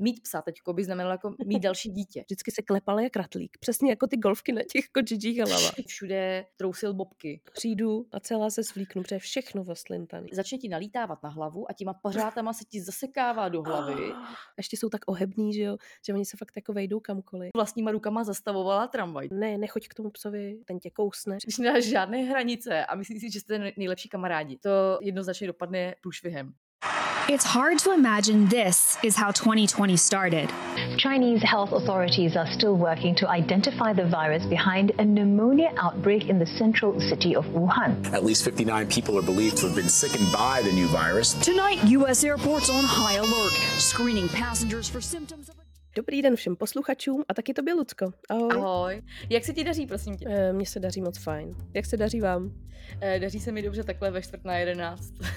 mít psa teďko by znamenalo jako mít další dítě. Vždycky se klepala jak ratlík, přesně jako ty golfky na těch kočičích hlavách. Všude trousil bobky. Přijdu a celá se svlíknu, protože je všechno oslintaný. Začne ti nalítávat na hlavu a těma pařátama se ti zasekává do hlavy. A ještě jsou tak ohební, že jo, že oni se fakt jako vejdou kamkoliv. Vlastníma rukama zastavovala tramvaj. Ne, nechoď k tomu psovi, ten tě kousne. Když nedáš žádné hranice a myslíš si, že jste nejlepší kamarádi, to jednoznačně dopadne průšvihem. It's hard to imagine this is how 2020 started. Chinese health authorities are still working to identify the virus behind a pneumonia outbreak in the central city of Wuhan. At least 59 people are believed to have been sickened by the new virus. Tonight, U.S. airports on high alert, screening passengers for symptoms of... Dobrý den všem posluchačům a taky tobě, Lucko. Ahoj. Ahoj. Jak se ti daří, prosím tě? Mně se daří moc fajn. Jak se daří vám? Daří se mi dobře takhle ve 10:45.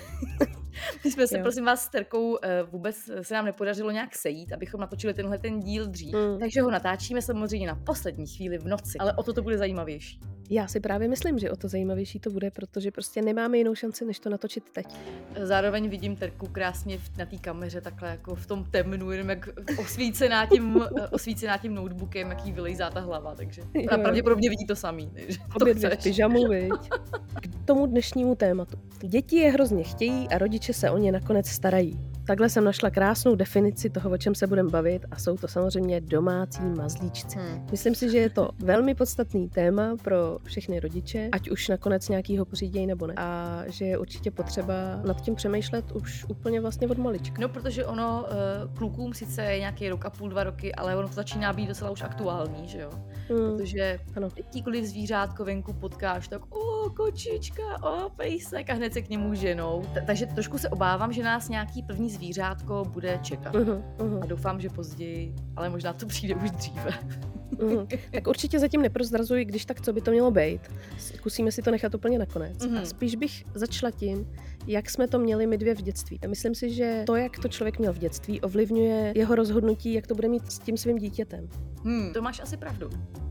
My jsme se, prosím vás, s Terkou vůbec se nám nepodařilo nějak sejít, abychom natočili tenhle ten díl dřív. Takže ho natáčíme samozřejmě na poslední chvíli v noci, ale o to bude zajímavější. Já si právě myslím, že o to zajímavější to bude, protože prostě nemáme jinou šanci, než to natočit teď. Zároveň vidím Terku krásně na té kameře, takhle jako v tom temnu, jenom jak osvícená tím notebookem, jak jí vylejzá ta hlava, takže pravděpodobně vidí to samý. Obě dvě v pyžamu, viď? K tomu dnešnímu tématu. Děti je hrozně chtějí a rodiče se o ně nakonec starají. Takhle jsem našla krásnou definici toho, o čem se budeme bavit, a jsou to samozřejmě domácí mazlíčci. Myslím si, že je to velmi podstatný téma pro všechny rodiče, ať už nakonec nějakýho pořídějí nebo ne. A že je určitě potřeba nad tím přemýšlet už úplně vlastně od malička. No, protože ono klukům sice je nějaký rok a půl, 2 roky, ale ono to začíná být docela už aktuální, že jo? Protože jakýkoliv zvířátko venku potkáš, tak kočička, pejsek a hned se k němu ženou. Takže trošku se obávám, že nás nějaký první zvířátko bude čekat. A doufám, že později, ale možná to přijde už dříve. Tak určitě zatím neprozrazuji, když tak, co by to mělo být. Zkusíme si to nechat úplně nakonec. A spíš bych začala tím, jak jsme to měli my dvě v dětství. A myslím si, že to, jak to člověk měl v dětství, ovlivňuje jeho rozhodnutí, jak to bude mít s tím svým dítětem. To máš asi pravdu.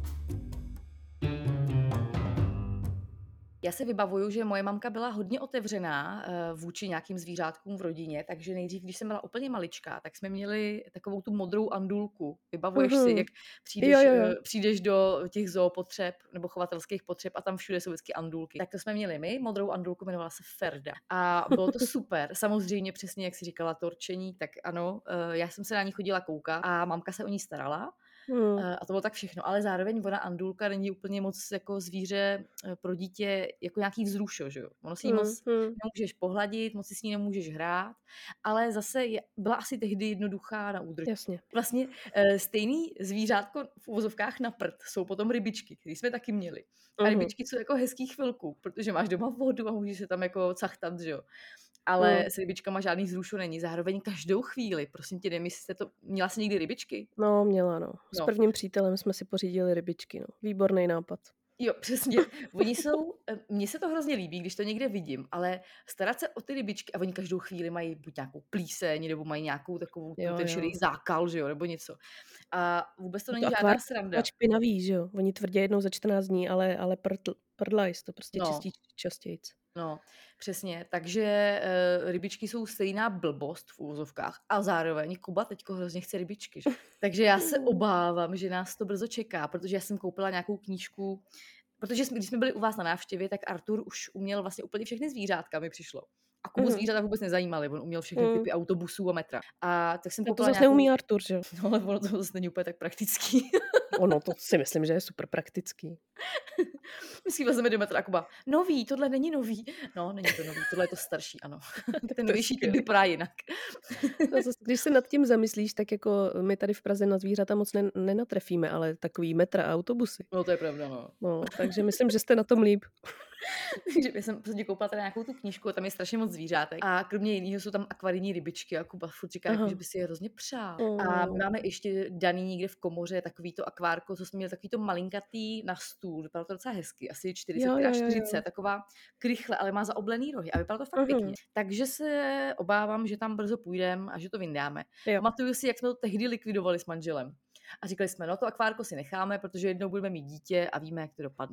Já si vybavuju, že moje mamka byla hodně otevřená vůči nějakým zvířátkům v rodině, takže nejdřív, když jsem byla úplně maličká, tak jsme měli takovou tu modrou andulku. Vybavuješ si, jak přijdeš do těch zoopotřeb nebo chovatelských potřeb a tam všude jsou vždycky andulky. Tak to jsme měli my, modrou andulku, jmenovala se Ferda. A bylo to super. Samozřejmě přesně, jak jsi říkala, to rčení, tak ano, já jsem se na ní chodila koukat a mamka se o ní starala. A to bylo tak všechno, ale zároveň ona andulka není úplně moc jako zvíře pro dítě, jako nějaký vzrušo, že jo. Ono si ji moc nemůžeš pohladit, moc si s ní nemůžeš hrát, ale zase byla asi tehdy jednoduchá na údržbu. Jasně. Vlastně stejný zvířátko v uvozovkách na prd jsou potom rybičky, které jsme taky měli. A rybičky jsou jako hezký chvilku, protože máš doma vodu a můžeš se tam jako cachtat, že jo. Ale s rybičkama žádný vzrušo není. Zároveň každou chvíli, prosím tě, nevím, jestli měla jsi někdy rybičky? No, měla, no. S prvním přítelem jsme si pořídili rybičky, no. Výborný nápad. Jo, přesně. Mně se to hrozně líbí, když to někde vidím, ale starat se o ty rybičky, a oni každou chvíli mají buď nějakou plíseň, nebo mají nějakou takovou ten širý zákal, že jo, nebo něco. A vůbec to není žádná sranda. Špinavý, že jo. Oni tvrdě jednou za 14 dní, ale prdlajs to prostě čistí častějc. No, přesně. Takže rybičky jsou stejná blbost v úvozovkách a zároveň Kuba teďko hrozně chce rybičky. Že? Takže já se obávám, že nás to brzo čeká, protože já jsem koupila nějakou knížku, protože když jsme byli u vás na návštěvě, tak Artur už uměl vlastně úplně všechny zvířátka, mi přišlo. A Kubu zvířata vůbec nezajímaly, on uměl všechny typy autobusů a metra. A tak jsem koupila to zase neumí Artur, že jo? No, ale ono to zase není úplně tak praktický. Ono to si myslím, že je super praktický. My si vezmeme do metra a Kuba, nový, tohle není nový. No, není to nový, tohle je to starší, ano. Ten novější typ vypadá jinak. Když se nad tím zamyslíš, tak jako my tady v Praze na zvířata moc nenatrefíme, ale takový metra a autobusy. No, to je pravda, no. No, takže myslím, že jste na tom líp. Takže já jsem prostě koupila tady nějakou tu knížku a tam je strašně moc zvířátek. A kromě jiného jsou tam akvarijní rybičky a Kuba furt říká, jako, že by si je hrozně přál. A my máme ještě daný někde v komoře takový to akvárko, co jsme měli takový to malinkatý na stůl. Vypadalo to docela hezky, asi 40x40, taková krychle, ale má zaoblený rohy a vypadalo to fakt pěkně. Takže se obávám, že tam brzo půjdeme a že to vyndáme. Pamatuju si, jak jsme to tehdy likvidovali s manželem. A říkali jsme, no to akvárko si necháme, protože jednou budeme mít dítě a víme, jak to dopadne.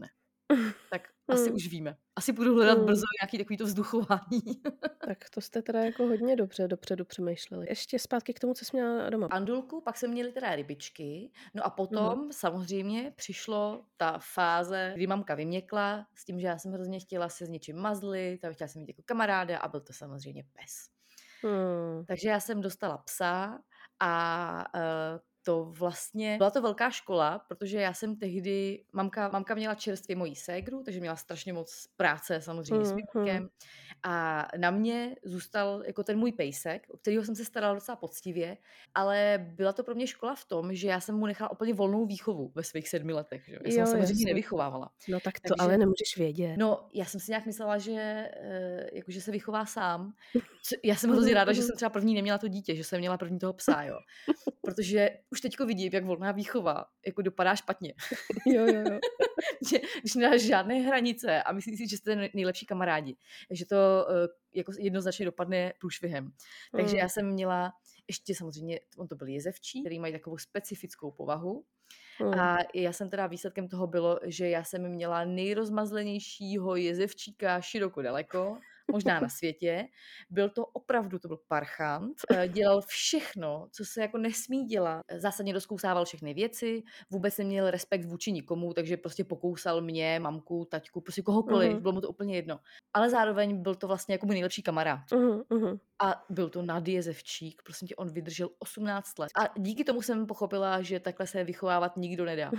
Tak asi už víme. Asi budu hledat brzo nějaký takovýto vzduchování. Tak to jste teda jako hodně dobře dopředu přemýšleli. Ještě zpátky k tomu, co jsi měla doma. Andulku, pak jsme měli teda rybičky, no a potom samozřejmě přišlo ta fáze, kdy mamka vyměkla s tím, že já jsem hrozně chtěla se s něčím mazlit, a chtěla jsem mít jako kamaráda a byl to samozřejmě pes. Takže já jsem dostala psa a to vlastně, byla to velká škola, protože já jsem tehdy, mamka měla čerstvě mojí ségru, takže měla strašně moc práce samozřejmě s výukem a na mě zůstal jako ten můj pejsek, o kterýho jsem se starala docela poctivě, ale byla to pro mě škola v tom, že já jsem mu nechala úplně volnou výchovu ve svých 7 letech, že? Já jsem ho samozřejmě nevychovávala. No tak to ale nemůžeš vědět. No, já jsem si nějak myslela, že jakože se vychová sám. Já jsem hrozně ráda, že jsem třeba první neměla to dítě, že jsem měla první toho psa, jo. Protože už teďko vidím, jak volná výchova jako dopadá špatně. Jo. Když nedáš žádné hranice a myslíš si, že jste nejlepší kamarádi, že to jako jednoznačně dopadne průšvihem. Takže já jsem měla ještě samozřejmě, on to byl jezevčí, který mají takovou specifickou povahu. A já jsem teda výsledkem toho bylo, že já jsem měla nejrozmazlenějšího jezevčíka široko daleko, možná na světě. To byl parchant, dělal všechno, co se jako nesmí dělat. Zásadně rozkousával všechny věci, vůbec neměl respekt vůči nikomu, takže prostě pokousal mě, mamku, taťku, prostě kohokoliv, bylo mu to úplně jedno. Ale zároveň byl to vlastně jako můj nejlepší kamarád. A byl to nadjezevčík, prosím tě, on vydržel 18 let. A díky tomu jsem pochopila, že takhle se vychovávat nikdo nedá.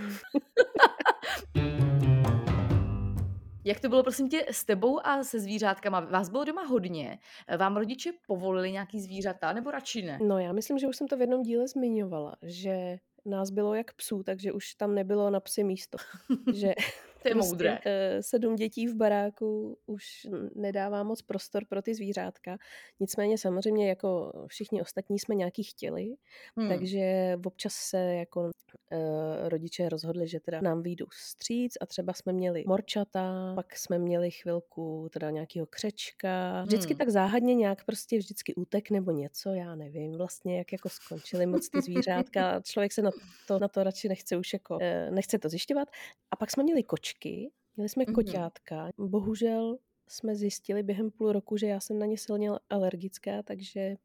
Jak to bylo, prosím tě, s tebou a se zvířátkama? Vás bylo doma hodně? Vám rodiče povolili nějaký zvířata, nebo radši ne? No já myslím, že už jsem to v jednom díle zmiňovala, že nás bylo jak psů, takže už tam nebylo na psy místo. Že to je moudré. 7 dětí v baráku už nedává moc prostor pro ty zvířátka. Nicméně samozřejmě jako všichni ostatní jsme nějaký chtěli, takže občas se jako rodiče rozhodli, že teda nám vyjdou vstříc a třeba jsme měli morčata, pak jsme měli chvilku teda nějakého křečka. Vždycky tak záhadně nějak prostě vždycky útek nebo něco, já nevím vlastně, jak jako skončily moc ty zvířátka. Člověk se na to radši nechce už jako, nechce to zjišťovat. A pak jsme měli kočky, měli jsme koťátka. Bohužel jsme zjistili během půl roku, že já jsem na ně silně alergická, takže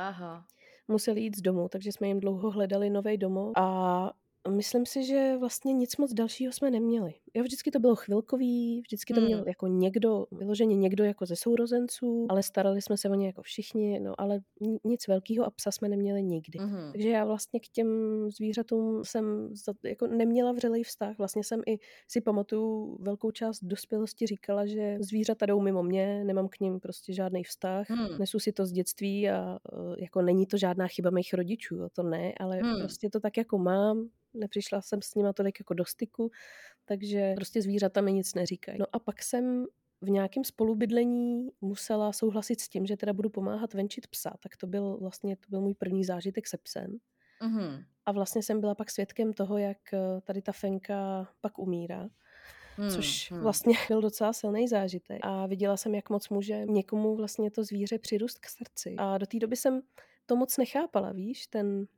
museli jít z domu, takže jsme jim dlouho hledali nový domov a myslím si, že vlastně nic moc dalšího jsme neměli. Jo, vždycky to bylo chvilkový, vždycky to měl jako někdo, vyloženě někdo jako ze sourozenců, ale starali jsme se o ně jako všichni, no ale nic velkého a psa jsme neměli nikdy. Takže já vlastně k těm zvířatům jsem jako neměla vřelej vztah. Vlastně jsem i si pamatuju velkou část dospělosti říkala, že zvířata jdou mimo mě, nemám k nim prostě žádný vztah, nesu si to z dětství a jako není to žádná chyba mých rodičů, to ne, ale prostě to tak jako mám. Nepřišla jsem s nima tolik jako do styku, takže prostě zvířata mi nic neříkají. No a pak jsem v nějakém spolubydlení musela souhlasit s tím, že teda budu pomáhat venčit psa, tak to byl můj první zážitek se psem. A vlastně jsem byla pak svědkem toho, jak tady ta Fenka pak umírá. Což vlastně byl docela silný zážitek. A viděla jsem, jak moc může někomu vlastně to zvíře přirůst k srdci. A do té doby jsem to moc nechápala, víš,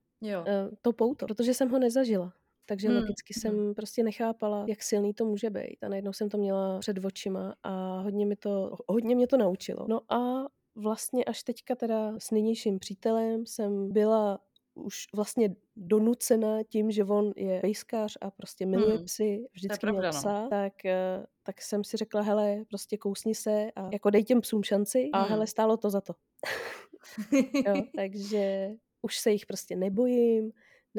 to pouto, protože jsem ho nezažila. Takže logicky jsem prostě nechápala, jak silný to může být. A najednou jsem to měla před očima a hodně mě to naučilo. No a vlastně až teďka teda s nynějším přítelem jsem byla už vlastně donucena tím, že on je pejskař a prostě miluje psy, vždycky měl psa, tak jsem si řekla, hele, prostě kousni se a jako dej těm psům šanci a hele, stálo to za to. Jo, takže už se jich prostě nebojím,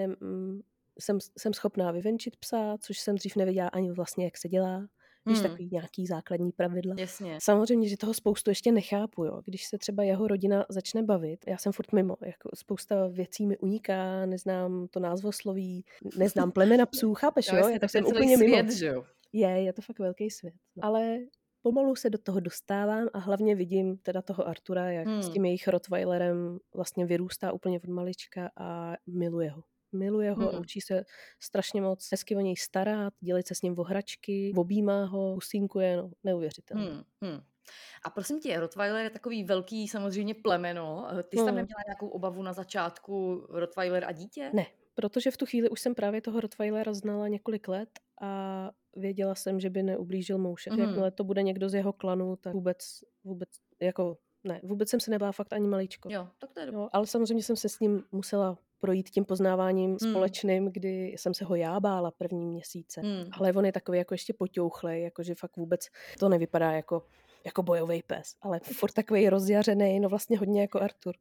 jsem schopná vyvenčit psa, což jsem dřív nevěděla ani vlastně, jak se dělá. Víš, takový nějaký základní pravidla. Jasně. Samozřejmě, že toho spoustu ještě nechápu, jo. Když se třeba jeho rodina začne bavit, já jsem furt mimo, jako spousta věcí mi uniká, neznám to názvosloví, neznám plemena psů, chápeš, jo? Já jsem úplně svět, mimo. Že jo? Je to fakt velký svět. No. Ale pomalu se do toho dostávám a hlavně vidím teda toho Artura, jak s tím jejich rottweilerem vlastně vyrůstá úplně od malička a miluje ho a učí se strašně moc hezky o něj starat, dělit se s ním o hračky, objímá ho, usínkuje, no, neuvěřitelné. A prosím tě, rottweiler je takový velký samozřejmě plemeno. Ty jsi tam neměla nějakou obavu na začátku rottweiler a dítě? Ne, protože v tu chvíli už jsem právě toho Rottweilera znala několik let a věděla jsem, že by neublížil mouše. Jakmile to bude někdo z jeho klanu, tak vůbec jako ne, vůbec jsem se nebála fakt ani maličko. Jo, tak to je dobrý. Ale samozřejmě jsem se s ním musela projít tím poznáváním společným, kdy jsem se ho já bála první měsíce. Ale on je takový jako ještě poťouchlej, jakože fakt vůbec to nevypadá jako bojový pes, ale furt takový rozjařený, no vlastně hodně jako Artur.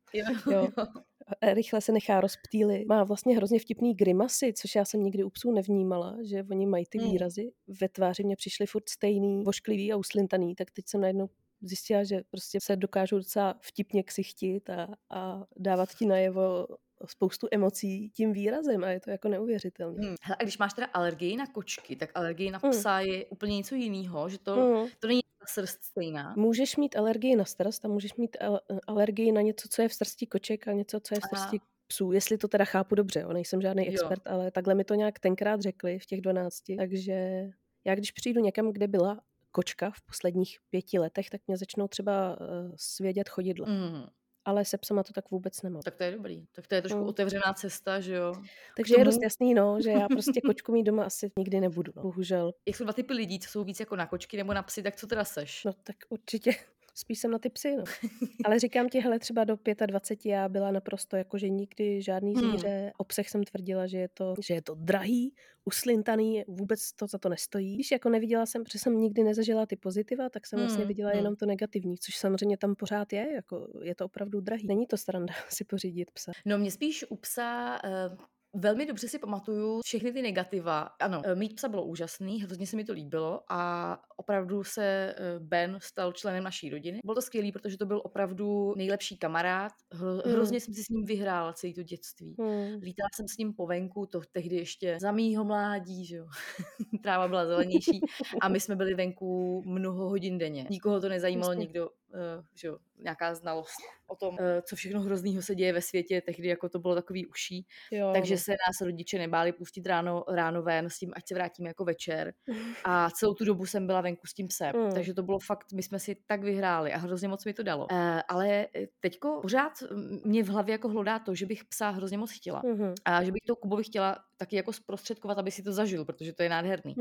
Jo. Rychle se nechá rozptýlit. Má vlastně hrozně vtipný grimasy, což já jsem nikdy u psů nevnímala, že oni mají ty výrazy. Ve tváři mě přišly furt stejný, vošklivý a uslintaný, tak teď jsem najednou zjistila, že prostě se dokážou docela vtipně ksichtit a dávat ti najevo spoustu emocí tím výrazem a je to jako neuvěřitelné. Hele, a když máš teda alergii na kočky, tak alergii na psa je úplně něco jiného, že to není ta srst stejná. Můžeš mít alergii na srst a můžeš mít alergii na něco, co je v srsti koček a něco, co je v srsti psů, jestli to teda chápu dobře, jo, nejsem žádný expert, ale takhle mi to nějak tenkrát řekli v těch 12, takže já když přijdu někam, kde byla kočka v posledních 5 letech, tak mě začnou třeba svědět chodidla. Ale se psama to tak vůbec nemám. Tak to je dobrý. Tak to je trošku otevřená cesta, že jo? Takže je dost jasný, no, že já prostě kočku mít doma asi nikdy nebudu, no, bohužel. Jak jsou 2 typy lidí, co jsou víc jako na kočky nebo na psy, tak co teda seš? No tak určitě spíš jsem na ty psy, no. Ale říkám ti, hele, třeba do 25 já byla naprosto jako, že nikdy žádný zvíře. O psech jsem tvrdila, že je to drahý, uslintaný, vůbec to za to nestojí. Když jako neviděla jsem, protože jsem nikdy nezažila ty pozitiva, tak jsem vlastně viděla jenom to negativní, což samozřejmě tam pořád je, jako je to opravdu drahý. Není to sranda si pořídit psa. No mě spíš u psa velmi dobře si pamatuju všechny ty negativa. Ano, mít psa bylo úžasný, hrozně se mi to líbilo a opravdu se Ben stal členem naší rodiny. Bylo to skvělý, protože to byl opravdu nejlepší kamarád. Hrozně jsem si s ním vyhrála celé to dětství. Lítala jsem s ním po venku, to tehdy ještě za mýho mládí, že jo. Tráva byla zelenější a my jsme byli venku mnoho hodin denně. Nikoho to nezajímalo, nikdo, že jo, nějaká znalost o tom, co všechno hroznýho se děje ve světě, tehdy jako to bylo takový uší. Takže se nás rodiče nebáli pustit ráno ven s tím, ať se vrátíme jako večer. A celou tu dobu jsem byla venku s tím psem. Takže to bylo fakt, my jsme si tak vyhráli a hrozně moc mi to dalo. Ale teďko pořád mě v hlavě jako hlodá to, že bych psa hrozně moc chtěla. A že bych to Kubovi chtěla taky jako zprostředkovat, aby si to zažil, protože to je nádherný.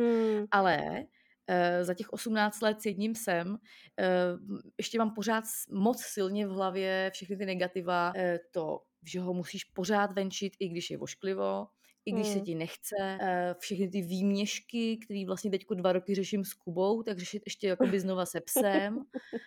Ale za těch 18 let s jedním psem ještě mám pořád moc silně v hlavě všechny ty negativa, to, že ho musíš pořád venčit, i když je vošklivo, i když se ti nechce, všechny ty výměšky, které vlastně teďko 2 roky řeším s Kubou, tak řešit ještě jakoby znova se psem.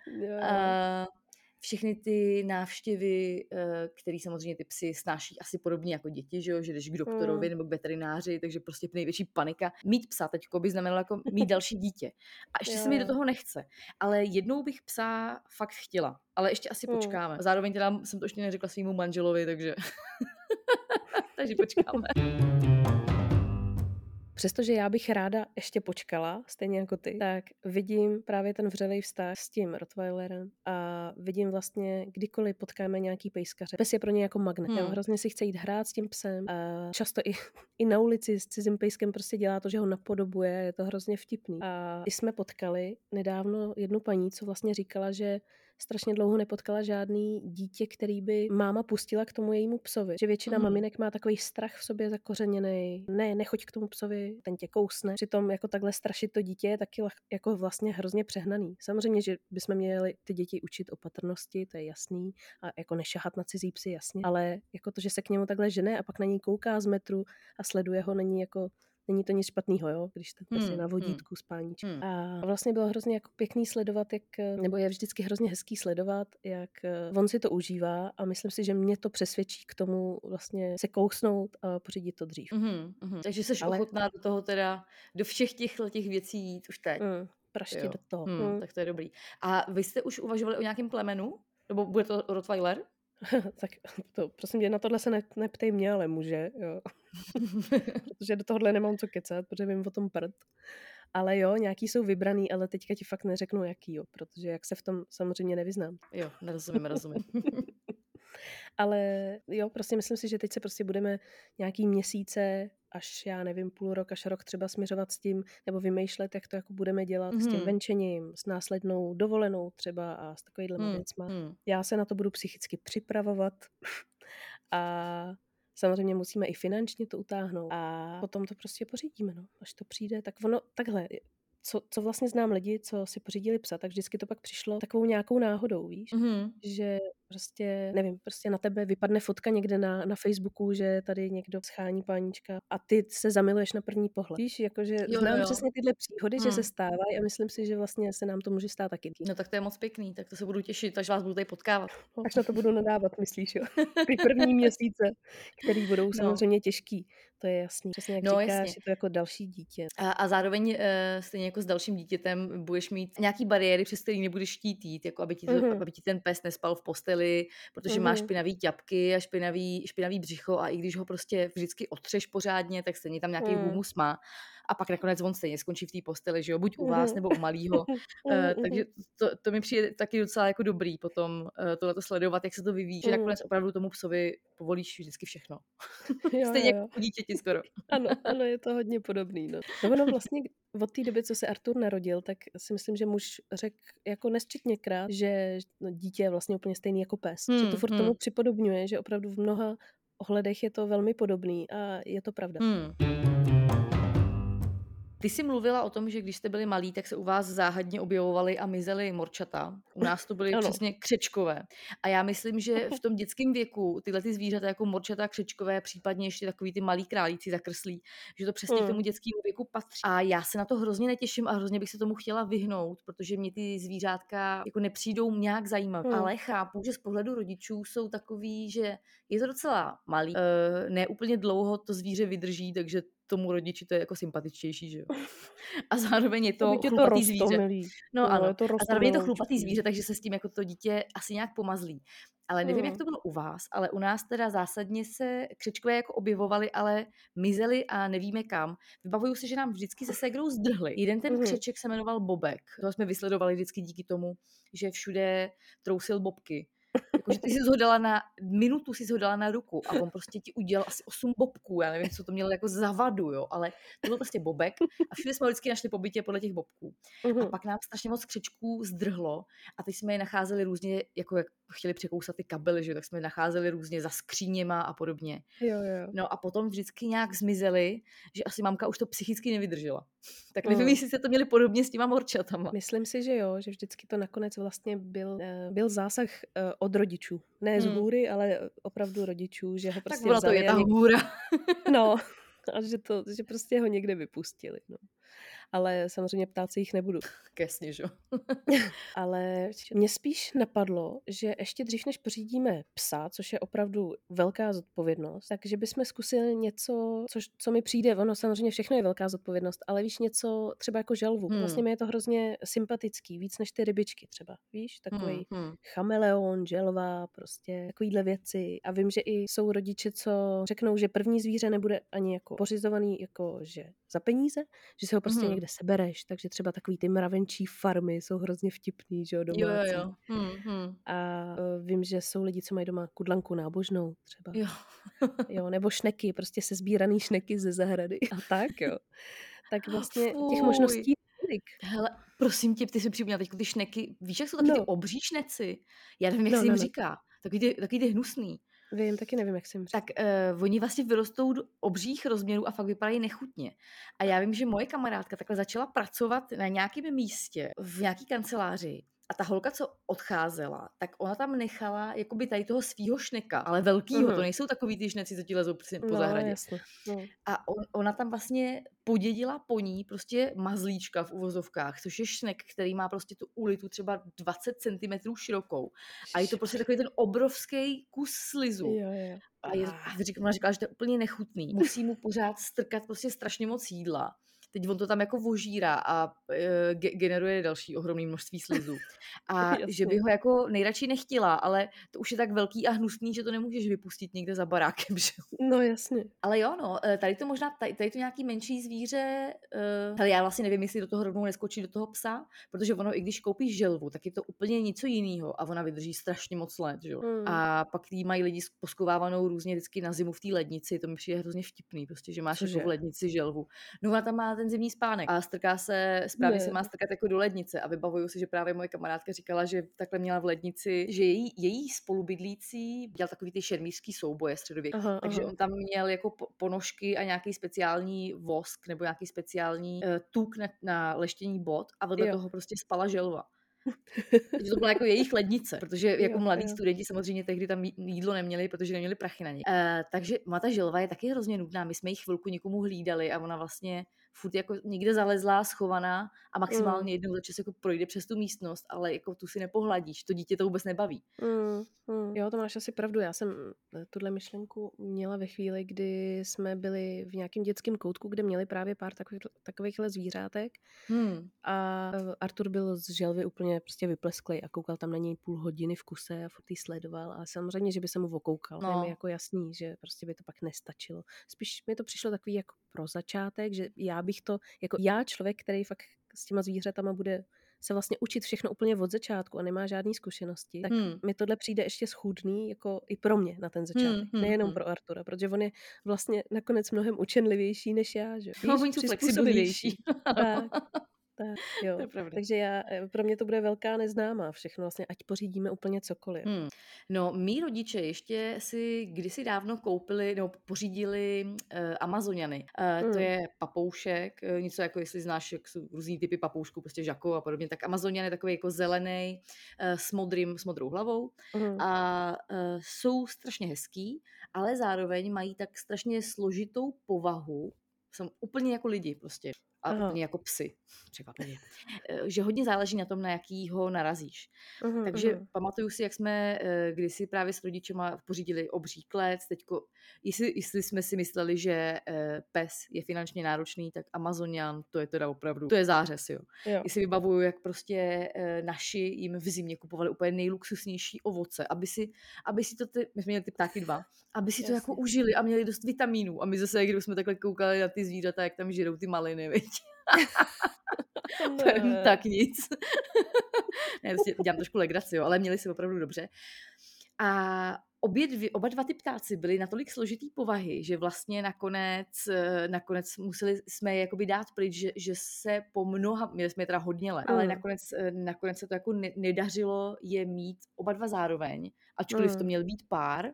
Všechny ty návštěvy, které samozřejmě ty psy snáší asi podobně jako děti, že jdeš k doktorovi nebo k veterináři, takže prostě největší panika. Mít psa teďko by znamenalo jako mít další dítě. A ještě se mi do toho nechce. Ale jednou bych psa fakt chtěla. Ale ještě asi počkáme. Zároveň teda jsem to ještě neřekla svýmu manželovi, takže takže počkáme. Přestože já bych ráda ještě počkala, stejně jako ty, tak vidím právě ten vřelej vztah s tím Rottweilerem a vidím vlastně, kdykoliv potkáme nějaký pejskaře. Pes je pro ně jako magnet. Hrozně si chce jít hrát s tím psem a často i na ulici s cizím pejskem prostě dělá to, že ho napodobuje, je to hrozně vtipný. A i jsme potkali nedávno jednu paní, co vlastně říkala, že strašně dlouho nepotkala žádný dítě, který by máma pustila k tomu jejímu psovi. Že většina maminek má takový strach v sobě zakořeněný. Ne, nechoď k tomu psovi, ten tě kousne. Přitom jako takhle strašit to dítě je taky jako vlastně hrozně přehnaný. Samozřejmě, že bychom měli ty děti učit opatrnosti, to je jasný, a jako nešahat na cizí psy, jasně. Ale jako to, že se k němu takhle žene a pak na něj kouká z metru a sleduje ho, není to nic špatného, jo, když ten pes je na vodítku s páničkem. A vlastně bylo hrozně jako pěkný sledovat, nebo je vždycky hrozně hezký sledovat, jak on si to užívá a myslím si, že mě to přesvědčí k tomu vlastně se kousnout a pořídit to dřív. Takže jsi ochotná do toho teda, do všech těch věcí jít už teď. Praště do toho. Tak to je dobrý. A vy jste už uvažovali o nějakém plemenu? Nebo bude to Rottweiler? Tak to, prosím tě, na tohle se neptej mě, ale může, jo. Protože do tohohle nemám co kecat, protože vím o tom prd. Ale jo, nějaký jsou vybraný, ale teďka ti fakt neřeknu jaký, jo, protože jak se v tom samozřejmě nevyznám. Jo, nerozumím. Ale jo, prostě myslím si, že teď se prostě budeme nějaký měsíce, až já nevím, půl rok, až rok třeba směřovat s tím, nebo vymýšlet, jak to jako budeme dělat s tím venčením, s následnou dovolenou třeba a s takovýhlema věcma. Já se na to budu psychicky připravovat a samozřejmě musíme i finančně to utáhnout a potom to prostě pořídíme, no. Až to přijde, tak ono takhle, co vlastně znám lidi, co si pořídili psa, tak vždycky to pak přišlo takovou nějakou náhodou, víš? Že prostě, nevím, prostě na tebe vypadne fotka někde na Facebooku, že tady někdo schání páníčka a ty se zamiluješ na první pohled. Víš, jakože znám přesně tyhle příhody, že se stávají a myslím si, že vlastně se nám to může stát taky. No tak to je moc pěkný, tak to se budu těšit, až vás budu tady potkávat. Až na to budu nadávat, myslíš, jo? Ty první měsíce, který budou samozřejmě těžký. To je jasný. Přesně jak říkáš, je to jako další dítě. A zároveň stejně jako s dalším dítětem budeš mít nějaký bariéry, přes který nebudeš chtít jít, jako aby ti ten pes nespal v posteli, protože má špinavý ťapky a špinavý břicho a i když ho prostě vždycky otřeš pořádně, tak stejně tam nějaký humus má. A pak nakonec on stejně skončí v té posteli, že jo, buď u vás nebo u malýho. Takže to mi přijde taky docela jako dobrý potom tohleto sledovat, jak se to vyvíjí, že nakonec opravdu tomu psovi povolíš vždycky všechno. Stejně jako u dítěti skoro. Ano, je to hodně podobný. No. No vlastně od té doby, co se Artur narodil, tak si myslím, že muž řekl jako nesčetněkrát, že dítě je vlastně úplně stejný jako pes. Že to furt tomu připodobňuje, že opravdu v mnoha ohledech je to velmi podobný a je to pravda. Ty jsi mluvila o tom, že když jste byli malí, tak se u vás záhadně objevovaly a mizely morčata. U nás to byly přesně křečkové. A já myslím, že v tom dětském věku tyhle ty zvířata jako morčata, křečkové, případně ještě takový ty malí králíci zakrslí, že to přesně k tomu dětskému věku patří. A já se na to hrozně netěším a hrozně bych se tomu chtěla vyhnout, protože mě ty zvířátka jako nepřijdou nějak zajímavé. Ale chápu, že z pohledu rodičů jsou takový, že je to docela malý. Ne úplně dlouho to zvíře vydrží, takže tomu rodiči to je jako sympatičtější, že jo. A zároveň je to chlupatý zvíře. No ano, a zároveň je to chlupatý zvíře, takže se s tím jako to dítě asi nějak pomazlí. Ale nevím, jak to bylo u vás, ale u nás teda zásadně se křečkové jako objevovaly, ale mizely a nevíme kam. Vybavuju si, že nám vždycky se ségrou zdrhli. Jeden ten křeček se jmenoval Bobek. Toho jsme vysledovali vždycky díky tomu, že všude trousil bobky. Jakože ty jsi ho dala na minutu, si ho dala na ruku a on prostě ti udělal asi 8 bobků, já nevím, co to mělo jako za vadu, jo, ale to byl prostě bobek a všude jsme ho vždycky našli po bytě podle těch bobků. A pak nám strašně moc křečků zdrhlo a teď jsme je nacházeli různě, jako jak chtěli překousat ty kabely, že? Tak jsme je nacházeli různě za skříněma a podobně. Jo. No a potom vždycky nějak zmizeli, že asi mamka už to psychicky nevydržela. Tak nevím, jestli jste to měli podobně s těma morčatama. Myslím si, že jo, že vždycky to nakonec vlastně byl zásah od rodičů. Ne z hůry, ale opravdu rodičů, že ho prostě tak to je ta hůra. No, a že prostě ho někde vypustili, no. Ale samozřejmě ptát se jich nebudu. Jasně, že? Ale mě spíš napadlo, že ještě dřív, než pořídíme psa, což je opravdu velká zodpovědnost, takže bychom zkusili něco, co mi přijde, ono samozřejmě všechno je velká zodpovědnost, ale víš, něco třeba jako želvu. Vlastně mi je to hrozně sympatický, víc než ty rybičky třeba, víš, takový chameleon, želva, prostě takovýhle věci. A vím, že i jsou rodiče, co řeknou, že první zvíře nebude ani jako pořizovaný jako, že za peníze, že se ho prostě někde sebereš, takže třeba takový ty mravenčí farmy jsou hrozně vtipný, že jo, domácí. Jo. A vím, že jsou lidi, co mají doma kudlanku nábožnou třeba. Jo, nebo šneky, prostě sezbíraný šneky ze zahrady a tak, jo. Tak vlastně těch možností je tolik. Hele, prosím tě, ty jsi připomněla teď ty šneky, víš, jak jsou taky ty obří šneci? Já nevím, jak se jim říká. Takový ty hnusný. Vím, taky nevím, jak jsem říkala. Tak oni vlastně vyrostou do obřích rozměrů a fakt vypadají nechutně. A já vím, že moje kamarádka takhle začala pracovat na nějakém místě, v nějaký kanceláři. A ta holka, co odcházela, tak ona tam nechala jakoby tady toho svýho šneka, ale velkýho, to nejsou takový ty šneci, co ti lezou po zahradě. Jasně. A ona tam vlastně podědila po ní prostě mazlíčka v uvozovkách, což je šnek, který má prostě tu ulitu třeba 20 cm širokou. A je to prostě takový ten obrovský kus slizu. Jo. A ona říkala, že to je úplně nechutný. Musí mu pořád strkat prostě strašně moc jídla. Teď on to tam jako vožírá a generuje další ohromné množství slizu. A že by ho jako nejradši nechtěla, ale to už je tak velký a hnusný, že to nemůžeš vypustit někde za barákem. Že? No jasně. Ale jo, no, tady to možná, tady to nějaký menší zvíře, ale já vlastně nevím, jestli do toho rovnou neskočí do toho psa, protože ono, i když koupíš želvu, tak je to úplně něco jiného a ona vydrží strašně moc let, že jo. A pak jí mají lidi poskovávanou různě vždycky na zimu v té lednici, to mi přijde hrozně vtipný, prostě, že máš jako v lednici želvu. No ona tam má ten zimní spánek a správně se má strkat jako do lednice a vybavuju si, že právě moje kamarádka říkala, že takhle měla v lednici, že její spolubydlící dělal takový ty šermířský souboje středověký, takže on tam měl jako ponožky a nějaký speciální vosk nebo nějaký speciální tuk na leštění bot a vedle toho prostě spala želva. Takže to byla jako jejich lednice, protože jako mladí studenti samozřejmě tehdy tam jídlo neměli, protože neměli prachy na ně. Takže ta želva je taky hrozně nudná. My jsme ji chvilku někomu hlídali a ona vlastně furt jako někde zalezlá, schovaná a maximálně jednou za čas jako projde přes tu místnost, ale jako tu si nepohladíš, to dítě to vůbec nebaví. Jo, to máš asi pravdu. Já jsem tuhle myšlenku měla ve chvíli, kdy jsme byli v nějakém dětském koutku, kde měli právě pár takovýchhle zvířátek a Artur byl z želvy úplně prostě vyplesklej a koukal tam na něj půl hodiny v kuse a furt jí sledoval a samozřejmě, že by se mu okoukal. To je mi jako jasný, že prostě by to pak nestačilo. Spíš mi to přišlo takový jako pro začátek, že já člověk, který fakt s těma zvířatama bude se vlastně učit všechno úplně od začátku a nemá žádný zkušenosti, tak mi tohle přijde ještě schůdný jako i pro mě na ten začátek. Nejenom pro Artura, protože on je vlastně nakonec mnohem učenlivější než já, že? Oni jsou flexibilnější. Tak, jo. Takže pro mě to bude velká neznámá všechno, vlastně, ať pořídíme úplně cokoliv. No, mý rodiče ještě si kdysi dávno koupili, nebo pořídili Amazoniany. To je papoušek, něco jako, jestli znáš, jak jsou různý typy papoušků, prostě žako a podobně, tak Amazonian je takový jako zelený, s modrou hlavou a jsou strašně hezký, ale zároveň mají tak strašně složitou povahu, jsou úplně jako lidi prostě. A úplně jako psy, překvapivě. Že hodně záleží na tom, na jaký ho narazíš. Takže pamatuju si, jak jsme kdysi právě s rodičema pořídili obří klec. Teďko, jestli jsme si mysleli, že pes je finančně náročný, tak Amazonian, to je teda opravdu, to je zářez, jo. Jestli vybavuju, jak prostě naši jim v zimě kupovali úplně nejluxusnější ovoce, aby si to, my jsme měli ty ptáky 2, aby si to jako užili a měli dost vitamínů. A my zase, když jsme takhle koukali na ty zvířata, jak tam žerou ty maliny, viď? Tak nic. Ne, dělám trošku legraci, jo, ale měli si opravdu dobře. A oba dva ty ptáci byli natolik složitý povahy, že vlastně nakonec museli jsme je jakoby dát pryč, že se měli jsme je teda hodně let, ale nakonec se to jako nedařilo je mít oba dva zároveň, ačkoliv to měl být pár.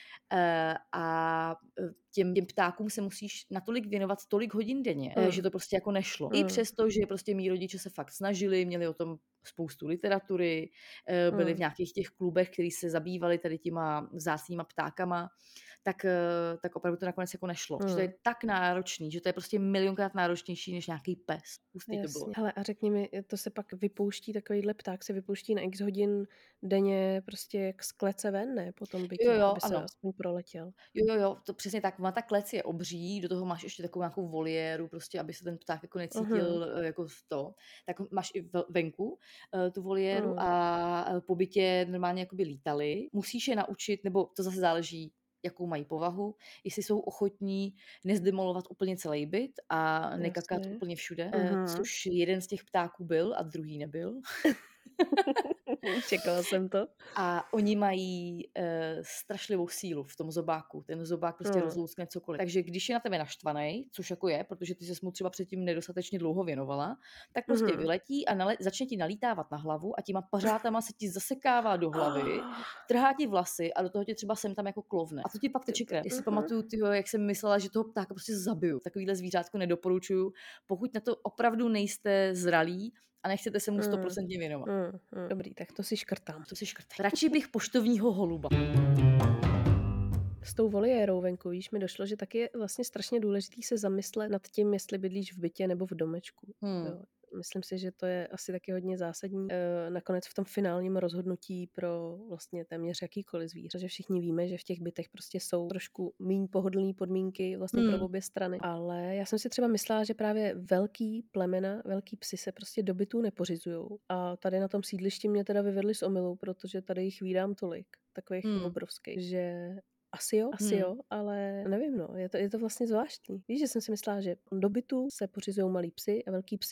A těm ptákům se musíš natolik věnovat tolik hodin denně, že to prostě jako nešlo. I přesto, že prostě mý rodiče se fakt snažili, měli o tom spoustu literatury, byli v nějakých těch klubech, který se zabývali tady těma vzácnýma ptákama, tak opravdu to nakonec jako nešlo. Že to je tak náročný, že to je prostě milionkrát náročnější než nějaký pes. Pustý to bylo. Hele, a řekni mi, to se pak vypouští, takovýhle pták se vypouští na x hodin denně prostě jak z klece ven, ne? Potom bytí, aby se aspoň proletěl. Jo, to přesně tak. Ta klec je obří, do toho máš ještě takovou nějakou voliéru, prostě, aby se ten pták jako necítil jako to. Tak máš i venku tu voliéru a po bytě normálně jakoby lítali. Musíš je naučit, nebo to zase záleží, jakou mají povahu, jestli jsou ochotní nezdemolovat úplně celý byt a nekakat úplně všude, což jeden z těch ptáků byl a druhý nebyl. Čekala jsem to. A oni mají strašlivou sílu v tom zobáku. Ten zobák prostě rozlouskne cokoliv. Takže když je na tebe naštvanej, což jako je, protože ty se mu třeba předtím nedostatečně dlouho věnovala, tak prostě vyletí a začne ti nalítávat na hlavu a těma pařátama se ti zasekává do hlavy, trhá ti vlasy a do toho tě třeba sem tam jako klovne. A to ti pak teče krev. Já si pamatuju, jak jsem myslela, že toho ptáka prostě zabiju. Takovýhle zvířátko nedoporučuju, pokud na to opravdu nejste zralí a nechcete se mu 100% věnovat. Dobrý, tak to si škrtám. Radši bych poštovního holuba. S tou voliérou venku, víš, mi došlo, že taky je vlastně strašně důležitý se zamyslet nad tím, jestli bydlíš v bytě nebo v domečku. Jo. Myslím si, že to je asi taky hodně zásadní. Nakonec v tom finálním rozhodnutí pro vlastně téměř jakýkoliv zvíře, že všichni víme, že v těch bytech prostě jsou trošku méně pohodlné podmínky vlastně pro obě strany. Ale já jsem si třeba myslela, že právě velký plemena, velký psy se prostě do bytů nepořizujou. A tady na tom sídlišti mě teda vyvedli z omylu, protože tady jich vídám tolik, takových obrovských, že asi jo, ale nevím, no, je to vlastně zvláštní. Víš, že jsem si myslela, že do bytu se pořizují malí psy a velký psy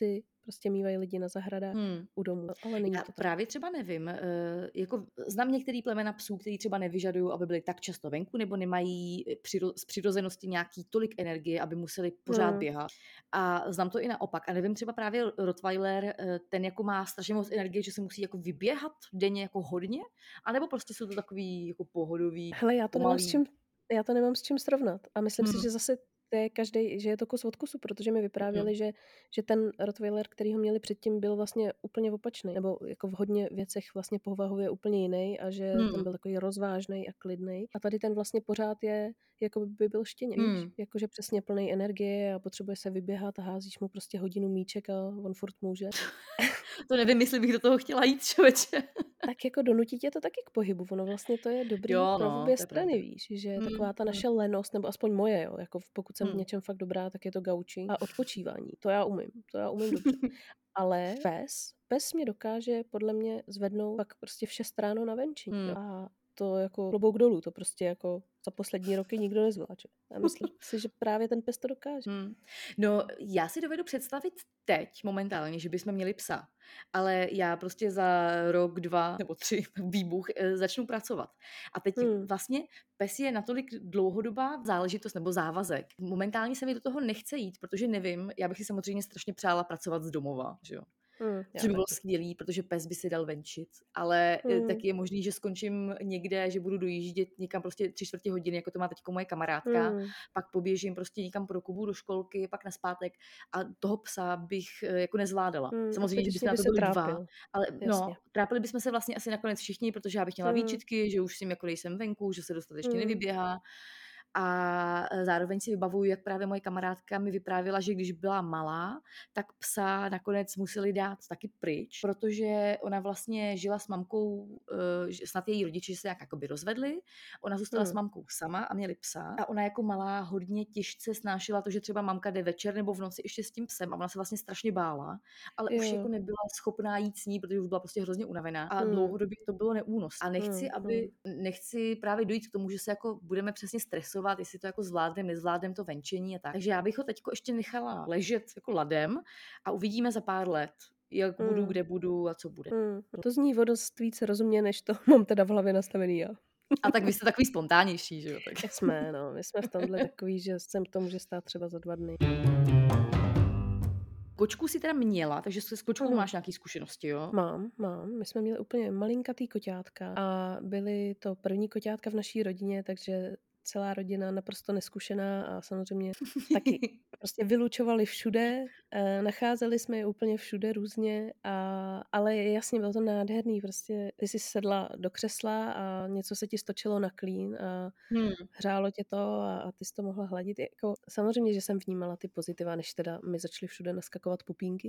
prostě mývají lidi na zahradách u domu, ale není Já to tak. právě třeba nevím, jako znám některý plemena psů, který třeba nevyžadují, aby byli tak často venku, nebo nemají z přirozenosti nějaký tolik energie, aby museli pořád běhat. A znám to i naopak. A nevím, třeba právě Rottweiler, ten jako má strašně moc energie, že se musí jako vyběhat denně jako hodně, anebo prostě jsou to takový jako pohodový, Hele, já to pomalý. nemám s čím srovnat. A myslím si, že zase to je že je to kus od kusu, protože mi vyprávěli, že ten Rottweiler, který ho měli předtím, byl vlastně úplně opačný, nebo jako v hodně věcech vlastně povahově úplně jiný a že ten byl takový rozvážnej a klidnej. A tady ten vlastně pořád je, jako by byl štěně, víš? Jakože přesně plný energie a potřebuje se vyběhat a házíš mu prostě hodinu míček a on furt může. To nevím, jestli bych do toho chtěla jít, člověče. Tak jako donutí tě to taky k pohybu. Ono vlastně to je dobrý pro obě strany, víš, že taková ta naše lenost, nebo aspoň moje, jo, jako pokud jsem v něčem fakt dobrá, tak je to gaučí a odpočívání. To já umím dobře. Ale pes mě dokáže podle mě zvednout pak prostě v 6 ráno na venčí. A to jako klobouk dolů, to prostě jako za poslední roky nikdo nezvládl. A myslím si, že právě ten pes to dokáže. No, já si dovedu představit teď momentálně, že bychom měli psa, ale já prostě za rok, 2 nebo 3 výbuch začnu pracovat. A teď vlastně pes je natolik dlouhodobá záležitost nebo závazek. Momentálně se mi do toho nechce jít, protože nevím, já bych si samozřejmě strašně přála pracovat z domova, že jo. Což by bylo skvělý, protože pes by si dal venčit, ale taky je možný, že skončím někde, že budu dojíždět někam prostě 3/4 hodiny, jako to má teďko moje kamarádka, pak poběžím prostě někam pro Kubu do školky, pak naspátek a toho psa bych jako nezvládala. Samozřejmě, že bychom na to byli 2, ale no, trápili bychom se vlastně asi nakonec všichni, protože já bych měla výčitky, že už s ním jako nejsem venku, že se dostatečně nevyběhá. A zároveň si vybavuju, jak právě moje kamarádka mi vyprávěla, že když byla malá, tak psa nakonec museli dát taky pryč, protože ona vlastně žila s mamkou, snad její rodiče se nějak jakoby rozvedli, ona zůstala s mamkou sama a měli psa a ona jako malá hodně těžce snášela to, že třeba mamka jde večer nebo v noci ještě s tím psem a ona se vlastně strašně bála, ale už jako nebyla schopná jít s ní, protože už byla prostě hrozně unavená a dlouhodobě to bylo neúnosné. A nechci právě dojít k tomu, že se jako budeme přesně stresovat, jestli to jako nezvládnem to venčení a tak. Takže já bych ho teďko ještě nechala ležet jako ladem a uvidíme za pár let, jak budu, kde budu a co bude. To zní o dost víc rozumně, než to mám teda v hlavě nastavený já. A tak vy jste takový spontánnější, že jo? Tak. My jsme v tomhle takový, že sem to může stát třeba za 2 dny. Kočku si teda měla, takže s kočkou máš nějaké zkušenosti, jo? Mám. My jsme měli úplně malinkatý koťátka a byly to první koťátka v naší rodině, takže celá rodina naprosto neskušená a samozřejmě taky prostě vylučovali všude, nacházeli jsme je úplně všude různě, ale jasně bylo to nádherný, prostě ty jsi sedla do křesla a něco se ti stočilo na klín a hřálo tě to a ty jsi to mohla hladit. Jako, samozřejmě, že jsem vnímala ty pozitiva, než teda mi začaly všude naskakovat pupínky,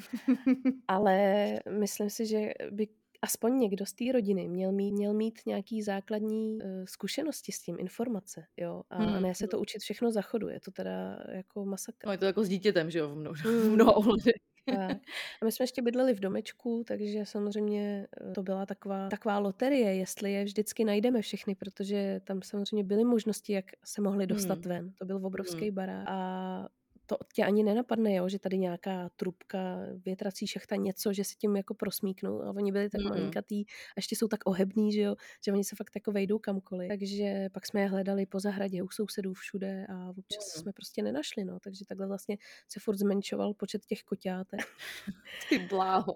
ale myslím si, že by aspoň někdo z té rodiny měl mít nějaký základní zkušenosti s tím, informace, jo, a ne se to učit všechno za chodu, je to teda jako masakr. No je to jako s dítětem, že jo, v mnoha ohledech. A my jsme ještě bydleli v domečku, takže samozřejmě to byla taková loterie, jestli je vždycky najdeme všechny, protože tam samozřejmě byly možnosti, jak se mohli dostat ven. To byl obrovský barák a to tě ani nenapadne, jo, že tady nějaká trubka, větrací šachta, něco, že si tím jako prosmíknou a oni byli tak malinkatý a ještě jsou tak ohební, že jo, že oni se fakt jako vejdou kamkoliv. Takže pak jsme je hledali po zahradě, u sousedů všude a občas jsme prostě nenašli, no, takže takhle vlastně se furt zmenšoval počet těch koťátek. Ty bláho.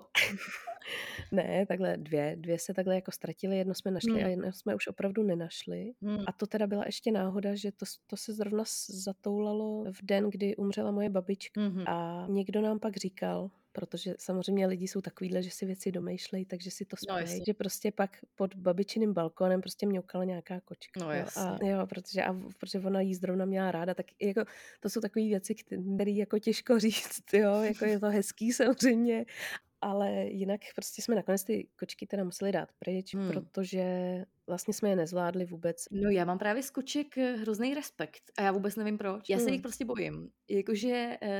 Ne, takhle dvě se takhle jako ztratily, jedno jsme našli a jedno jsme už opravdu nenašli. A to teda byla ještě náhoda, že to se zrovna zatoulalo v den, kdy umřela moje babička. A někdo nám pak říkal, protože samozřejmě lidi jsou takovýhle, že si věci domýšlejí, takže si to spojí, že prostě pak pod babičiným balkónem prostě mňoukala nějaká kočka. No jasně. Protože ona jí zrovna měla ráda, tak jako to jsou takové věci, které jako těžko říct, jo, jako je to hezký samozřejmě, ale jinak prostě jsme nakonec ty kočky teda museli dát pryč, protože vlastně jsme je nezvládli vůbec. No já mám právě z koček hrozný respekt a já vůbec nevím proč. Já se jich prostě bojím. Jakože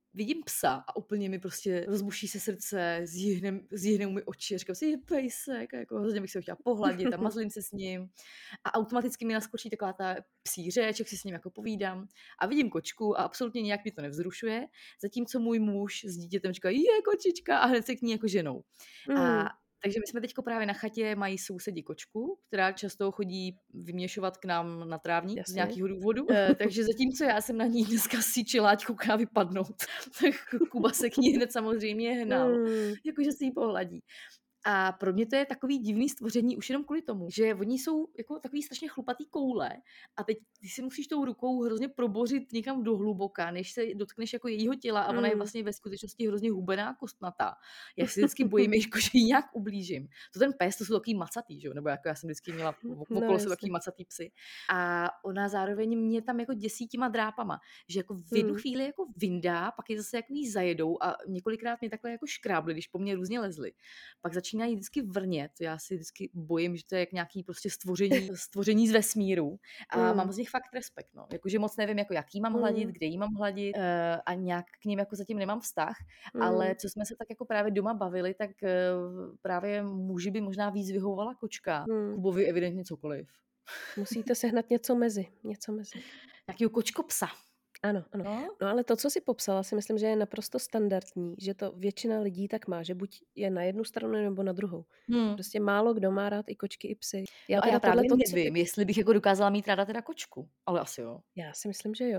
vidím psa a úplně mi prostě rozbuší se srdce, zjihnou mi oči, říkám si, je pejsek, a jako hrozně bych se ho chtěla pohladit a mazlím se s ním a automaticky mi naskočí taková ta psí řeč, jak si s ním jako povídám a vidím kočku a absolutně nějak mi to nevzrušuje, zatímco můj muž s dítětem říká, je kočička a hned se k ní jako ženou. A takže my jsme teďko právě na chatě, mají sousedi kočku, která často chodí vyměšovat k nám na trávník z nějakého důvodu. Takže zatímco já jsem na ní dneska syčila, ať kouká vypadnout, tak Kuba se k ní hned samozřejmě hnal, jakože si ji pohladí. A pro mě to je takový divný stvoření už jenom kvůli tomu, že oni jsou jako takový strašně chlupatý koule a teď ty si musíš tou rukou hrozně probořit někam do hluboka, než se dotkneš jako jejího těla a ona je vlastně ve skutečnosti hrozně hubená a kostnatá. Já si vždycky bojím, že jí nějak ublížím. To ten pes, to jsou takový macatý, že jo? Nebo jako já jsem vždycky měla okolo jsou takový macatý psy. A ona zároveň mě tam jako děsí těma drápama, že jako v jednu chvíli jako vyndá, pak je zase jako jí zajedou a několikrát mě takhle jako škrábli, když po mně různě lezli. Pak začínají vždycky vrnět. Já si vždycky bojím, že to je jak nějaký prostě stvoření z vesmíru a mám z nich fakt respekt, no. Jakože moc nevím, jako jaký mám hladit, kde jí mám hladit a nějak k ním jako zatím nemám vztah, ale co jsme se tak jako právě doma bavili, tak právě muži by možná víc vyhovovala kočka. Kubovi evidentně cokoliv. Musíte sehnat něco mezi. Nějakýho kočkopsa. Ano. No ale to, co jsi popsala, si myslím, že je naprosto standardní, že to většina lidí tak má, že buď je na jednu stranu nebo na druhou. Prostě málo kdo má rád i kočky, i psy. Já právě nevím, jestli bych jako dokázala mít ráda teda kočku, ale asi jo. Já si myslím, že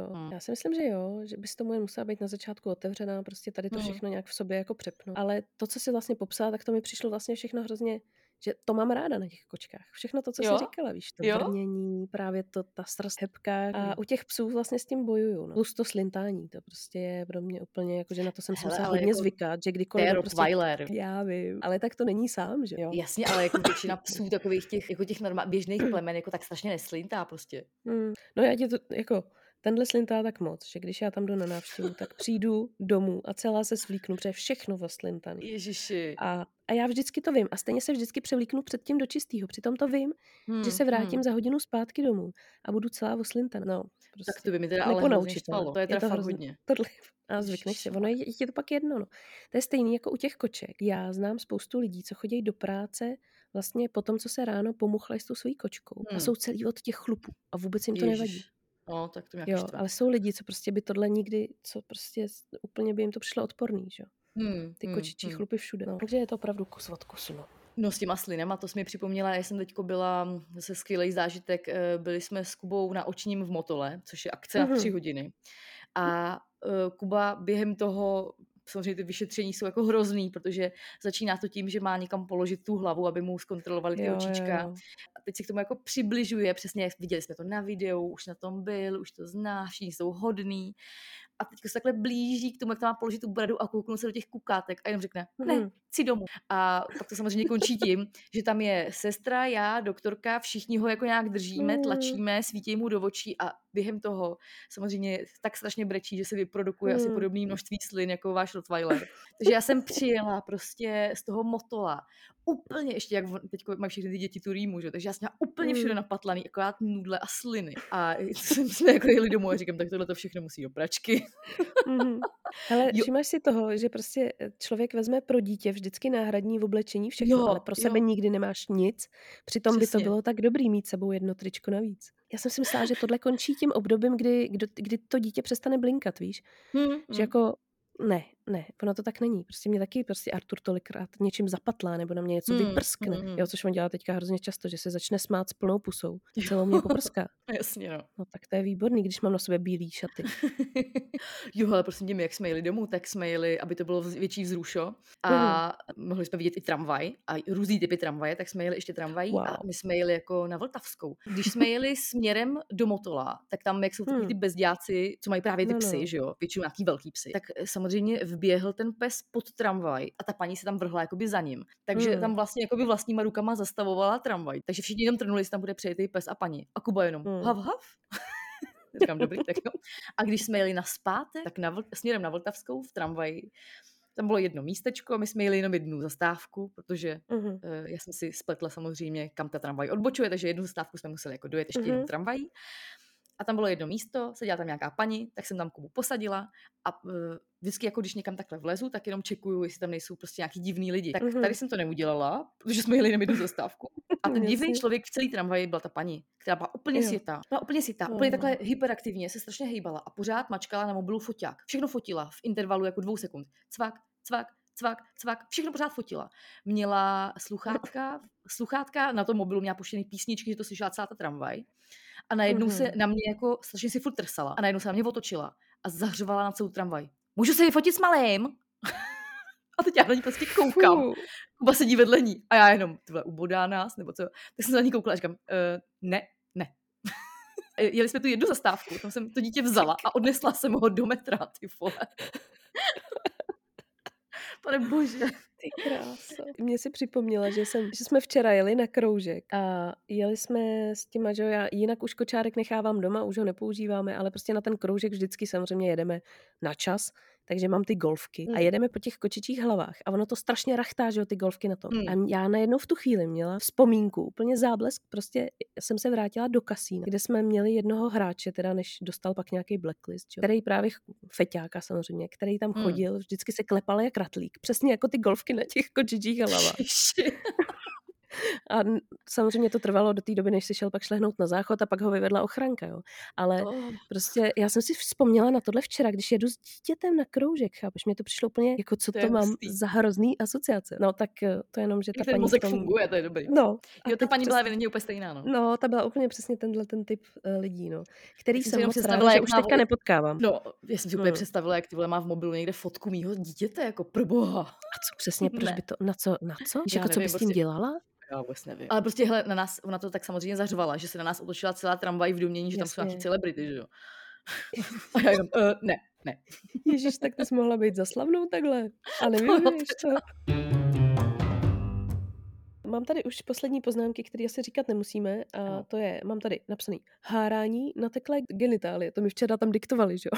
jo, že bys tomu jen musela být na začátku otevřená, prostě tady to všechno nějak v sobě jako přepnout. Ale to, co jsi vlastně popsala, tak to mi přišlo vlastně všechno hrozně, že to mám ráda na těch kočkách. Všechno to, co jsi říkala, víš, to vrnění, právě to, ta srst hebká. A u těch psů vlastně s tím bojuju. No. Plus to slintání, to prostě je pro mě úplně, jakože na to jsem si musela hodně jako zvykat, že kdykoliv to prostě, já vím, ale tak to není sám, že jo. Jasně, ale jako většina psů takových těch, jako těch běžných plemen, jako tak strašně neslintá prostě. No já ti to, jako tenhle slintá tak moc, že když já tam jdu na návštěvu, tak přijdu domů a celá se svlíknu, protože všechno zaslintaný. Ježiši. A já vždycky to vím. A stejně se vždycky převlíknu předtím do čistýho. Přitom to vím, že se vrátím za hodinu zpátky domů a budu celá oslintaná. No, prostě tak to by mi teda ale hrozně štvalo. To je teda fakt hodně. A zvykneš si. Ono je to pak jedno. No. To je stejný jako u těch koček. Já znám spoustu lidí, co chodí do práce vlastně po tom, co se ráno pomuchlají s tou svojí kočkou. A jsou celý od těch chlupů. A vůbec jim to nevadí. No, tak to mě jo, ale jsou lidi, co prostě by tohle nikdy, co prostě úplně by jim to přišlo odporný, že jo. Ty kočičí chlupy všude. No. Takže je to opravdu kus od kusu, no. No s těma slinama, to jsi mi připomněla, já jsem teďko byla, zase skvělý zážitek, byli jsme s Kubou na Očním v Motole, což je akce na 3 hodiny. A Kuba během toho, samozřejmě ty vyšetření jsou jako hrozný, protože začíná to tím, že má někam položit tu hlavu, aby mu zkontrolovali ty očička. Jo. A teď si k tomu jako přibližuje, přesně viděli jsme to na videu, už na tom byl, už to zná, všichni jsou hodný. A teď se takhle blíží k tomu, jak tam má položit tu bradu a kouknout se do těch kukátek a jenom řekne, ne, chci domů. A pak to samozřejmě končí tím, že tam je sestra, já, doktorka, všichni ho jako nějak držíme, tlačíme, svítí mu do očí a během toho samozřejmě tak strašně brečí, že se vyprodukuje asi podobné množství slin jako váš Rottweiler. Takže já jsem přijela prostě z toho Motola úplně, ještě jak teď mají všechny ty děti tu rýmu, že? Takže já jsem měla úplně všude napatlaný, akorát nudle a sliny. A jsme jako jeli domů a říkám, tak tohle to všechno musí do pračky. Ale všimáš si toho, že prostě člověk vezme pro dítě vždycky náhradní v oblečení všechno, ale pro sebe nikdy nemáš nic. Přitom by to bylo tak dobrý mít sebou jedno tričko navíc. Já jsem si myslela, že tohle končí tím obdobím, kdy to dítě přestane blinkat, víš? Že jako ne, ono to tak není. Prostě mě taky Artur tolikrát něčím zapatlá nebo na mě něco vyprskne. Jo, což on dělá teďka hrozně často, že se začne smát s plnou pusou. Celou mě poprská. Jasně, no. No tak to je výborný, když mám na sobě bílý šaty. Jo, ale prosím tě, my jak jsme jeli domů, tak jsme jeli, aby to bylo větší vzrušo a mohli jsme vidět i tramvaj a různý typy tramvaje, tak jsme jeli ještě tramvají a my jsme jeli jako na Vltavskou. Když jsme jeli směrem do Motola, tak tam, jak jsou takový ty bezděláci, co mají právě ty psy, že jo, většinou nějaký velký psy, tak samozřejmě vběhl ten pes pod tramvaj a ta paní se tam vrhla jakoby za ním. Takže tam vlastně jakoby vlastníma rukama zastavovala tramvaj. Takže všichni jenom trnuli, jestli tam bude přejetý pes a paní. A Kuba jenom hav. Říkám, dobrý, tak jo. A když jsme jeli nazpátek, tak směrem na Vltavskou v tramvaji, tam bylo jedno místečko a my jsme jeli jenom jednu zastávku, protože já jsem si spletla samozřejmě, kam ta tramvaj odbočuje, takže jednu zastávku jsme museli jako dojet ještě jednou tramvají. A tam bylo jedno místo, seděla tam nějaká paní, tak jsem tam Kubu posadila a vždycky jako když někam takhle vlezu, tak jenom čekuju, jestli tam nejsou prostě nějaký divný lidi. Tak tady jsem to neudělala, protože jsme jeli na jednu zastávku. A ten divný člověk v celý tramvaji byla ta paní, která byla úplně světá. Byla úplně světá, úplně takhle hyperaktivně, se strašně hejbala a pořád mačkala na mobilu foťák. Všechno fotila v intervalu jako 2 sekund. Cvak, cvak, cvak, cvak, všechno pořád fotila. Měla sluchátka, na tom mobilu měla puštěný písničky, že to slyšela celá ta tramvaj. A najednou se na mě jako strašně si furt trsala. A najednou se na mě otočila a zahřovala na celou tramvaj. Můžu se vyfotit s malým? A teď já na ní prostě koukám. Kuba sedí vedle ní. A já jenom, tyhle, ubodá nás, nebo co. Tak jsem na ní koukala a říkám, ne. Jeli jsme tu jednu zastávku, tam jsem to dítě vzala a odnesla jsem ho do metra, ty vole. Pane bože. Ty krása. Mně si připomněla, že jsme včera jeli na kroužek a jeli jsme s těma, že já jinak už kočárek nechávám doma, už ho nepoužíváme, ale prostě na ten kroužek vždycky samozřejmě jedeme na čas, takže mám ty golfky a jedeme po těch kočičích hlavách a ono to strašně rachtá, že jo, ty golfky na tom. A já najednou v tu chvíli měla vzpomínku, úplně záblesk, prostě jsem se vrátila do kasína, kde jsme měli jednoho hráče, teda než dostal pak nějaký blacklist, jo, který právě feťáka samozřejmě, který tam chodil, vždycky se klepal jak ratlík, přesně jako ty golfky na těch kočičích hlavách. A samozřejmě to trvalo do té doby, než si šel pak šlehnout na záchod a pak ho vyvedla ochranka, jo. Ale prostě já jsem si vzpomněla na tohle včera, když jedu s dítětem na kroužek, chápeš, mě to přišlo úplně, jako co to mám za hrozný asociace. No tak to je jenom, že ta ten paní mozek funguje, to je dobrý. No. Jo, ta paní byla evidentně úplně stejná, no. No, ta byla úplně přesně ten typ lidí, no. Který jsem moc představila, ráda, že už teďka nepotkávám. No, já jsem si úplně představila, jak ty vole má v mobilu někde fotku mýho dítěte, jako proboha. A co přesně, proč by to, na co? Víš, jako co bys s tím dělala? Já vůbec nevím. Ale prostě hele, na nás, ona to tak samozřejmě zařvala, že se na nás otočila celá tramvaj v domění, že tam jsou nějaký celebrity, že jo. A já jenom, ne. Ježíš, tak to jsi mohla být za slavnou takhle. A nevím, co. Mám tady už poslední poznámky, které asi říkat nemusíme a to je, mám tady napsaný hárání na teklé genitálie. To mi včera tam diktovali, že jo.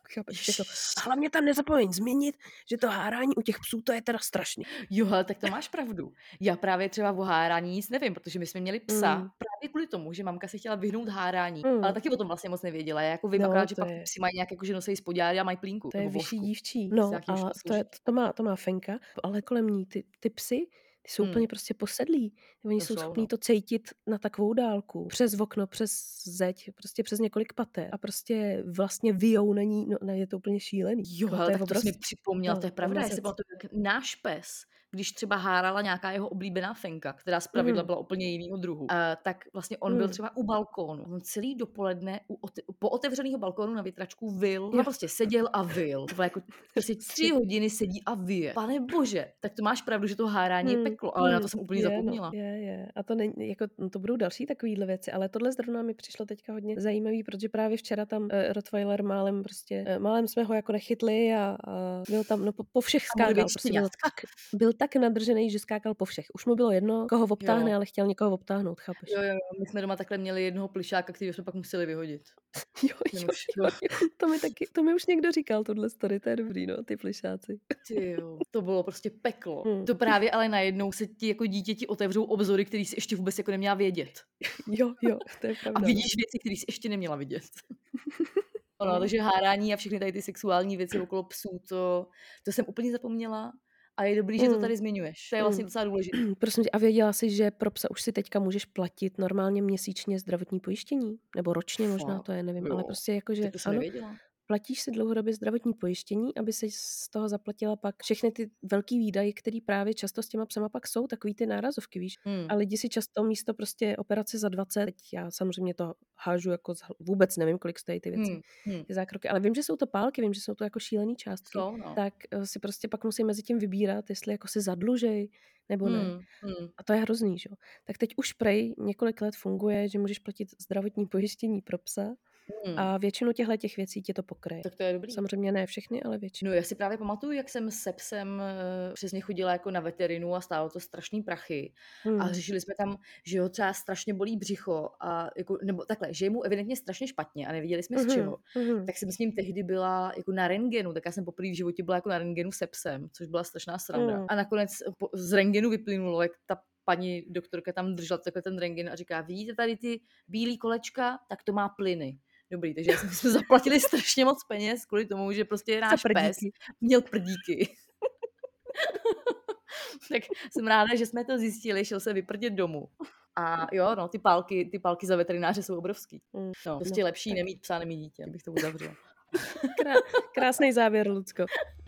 A hlavně tam nezapomeň zmínit, že to hárání u těch psů, to je teda strašný. Jo, ale tak to máš pravdu. Já právě třeba o hárání nic nevím, protože my jsme měli psa právě kvůli tomu, že mamka se chtěla vyhnout hárání, ale taky o tom vlastně moc nevěděla. Já jako vím akorát, že pak psi mají nějak jako, že nosí spodňáry a mají plínku. To je vyšší dívčí. No a to má Fenka, ale kolem ní ty psy, ty jsou úplně prostě posedlí. Oni jsou schopní to cítit na takovou dálku. Přes okno, přes zeď, prostě přes několik pater. A prostě vlastně vyjou na ní, no je to úplně šílený. Jo, ale tak to jsi mi připomněl, to je pravda. Jestli pamatuju, jak náš pes, když třeba hárala nějaká jeho oblíbená Fenka, která zpravidla byla úplně jinýho druhu, tak vlastně on byl třeba u balkónu. On celý dopoledne po otevřeného balkónu na větračku vyl. On prostě seděl a vyl. To bylo jako prostě 3 hodiny sedí a vyje. Pane bože, tak to máš pravdu, že to hárání je peklo, ale na to jsem úplně zapomněla. Je. A to není, jako to budou další takovýhle věci, ale tohle zrovna mi přišlo teďka hodně zajímavý, protože právě včera tam Rottweiler málem jsme ho jako nechytli a byl tam, no po všech skákal. Prostě byl tak nadržený, že skákal po všech. Už mu bylo jedno, koho obtáhne, ale chtěl někoho obtáhnout, chápeš? Jo, my jsme doma takhle měli jednoho plišáka, který jsme pak museli vyhodit. Jo. To mi už někdo říkal, tohle story, to je dobrý, no, ty plišáci. Jo, to bylo prostě peklo. To právě ale najednou se ti jako dítěti otevřou obzory, který jsi ještě vůbec jako neměla vědět. Jo, to je pravda. A vidíš věci, které jsi ještě neměla vidět. No, takže hárání a všechny tady ty sexuální věci okolo psů, to jsem úplně zapomněla. A je dobrý, že to tady zmiňuješ. To je vlastně docela důležité. Prosím tě, a věděla jsi, že pro psa už si teďka můžeš platit normálně měsíčně zdravotní pojištění? Nebo ročně možná, to je, nevím, ale prostě jako, že ano, platíš si dlouhodobě zdravotní pojištění, aby si z toho zaplatila pak všechny ty velký výdaje, které právě často s těma psama pak jsou, takový ty nárazovky, víš. A lidi si často místo prostě operace za 20, teď já samozřejmě to hážu jako vůbec nevím, kolik stojí ty věci, ty zákroky, ale vím, že jsou to pálky, vím, že jsou to jako šílený částky, tak si prostě pak musí mezi tím vybírat, jestli jako si zadlužej, nebo ne. A to je hrozný, že jo. Tak teď už prej několik let funguje, že můžeš platit zdravotní pojištění pro psa, a většinu těch věcí tě to pokryje. Tak to je dobrý. Samozřejmě ne všechny, ale většinu. No já si právě pamatuju, jak jsem se psem přesně chodila jako na veterinu a stálo to strašný prachy. A řešili jsme tam, že ho třeba strašně bolí břicho a jako, nebo takhle, že je mu evidentně strašně špatně a nevěděli jsme z čeho. Tak jsem s ním tehdy byla jako na rentgenu, tak já jsem poprvé v životě byla jako na rentgenu se psem, což byla strašná sranda. A nakonec z rentgenu vyplynulo, jak ta paní doktorka tam držela takhle ten rentgen a říká, vidíte tady ty bílý kolečka, tak to má plyny. Dobrý, takže jsme zaplatili strašně moc peněz kvůli tomu, že prostě náš pes měl prdíky. Tak jsem ráda, že jsme to zjistili, šel se vyprdět domů. A jo, no, ty pálky za veterináře jsou obrovský. No, prostě lepší nemít psa, nemít dítě, abych to uzavřela. Krásný závěr, Lucko.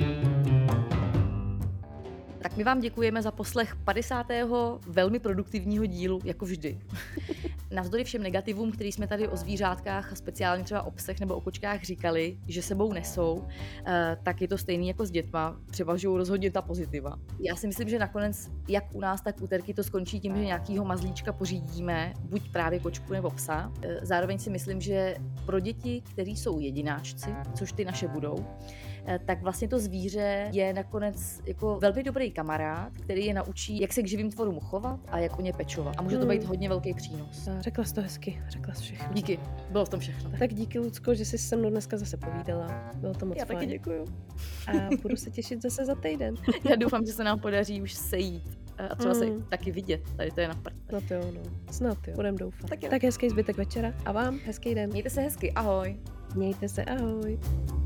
Tak my vám děkujeme za poslech 50. velmi produktivního dílu, jako vždy. Navzdory všem negativům, který jsme tady o zvířátkách a speciálně třeba o psech nebo o kočkách říkali, že sebou nesou, tak je to stejný jako s dětma. Převažují rozhodně ta pozitiva. Já si myslím, že nakonec jak u nás, tak u Terky to skončí tím, že nějakýho mazlíčka pořídíme, buď právě kočku nebo psa. Zároveň si myslím, že pro děti, kteří jsou jedináčci, což ty naše budou, tak vlastně to zvíře je nakonec jako velmi dobrý kamarád, který je naučí, jak se k živým tvorům chovat a jak o ně pečovat. A může to být hodně velký přínos. Řekla jsi to hezky, řekla jsi všechno. Díky, bylo v tom všechno. Tak díky, Lucko, že jsi se mnou dneska zase povídala. Bylo to moc Já fajn. taky děkuju. A budu se těšit zase za týden. Já doufám, že se nám podaří už sejít a třeba se taky vidět. Tady to je na prd. Snad jo, no. Snad jo, budem doufat. Tak hezký zbytek večera a vám hezký den. Mějte se hezky, ahoj. Mějte se, ahoj.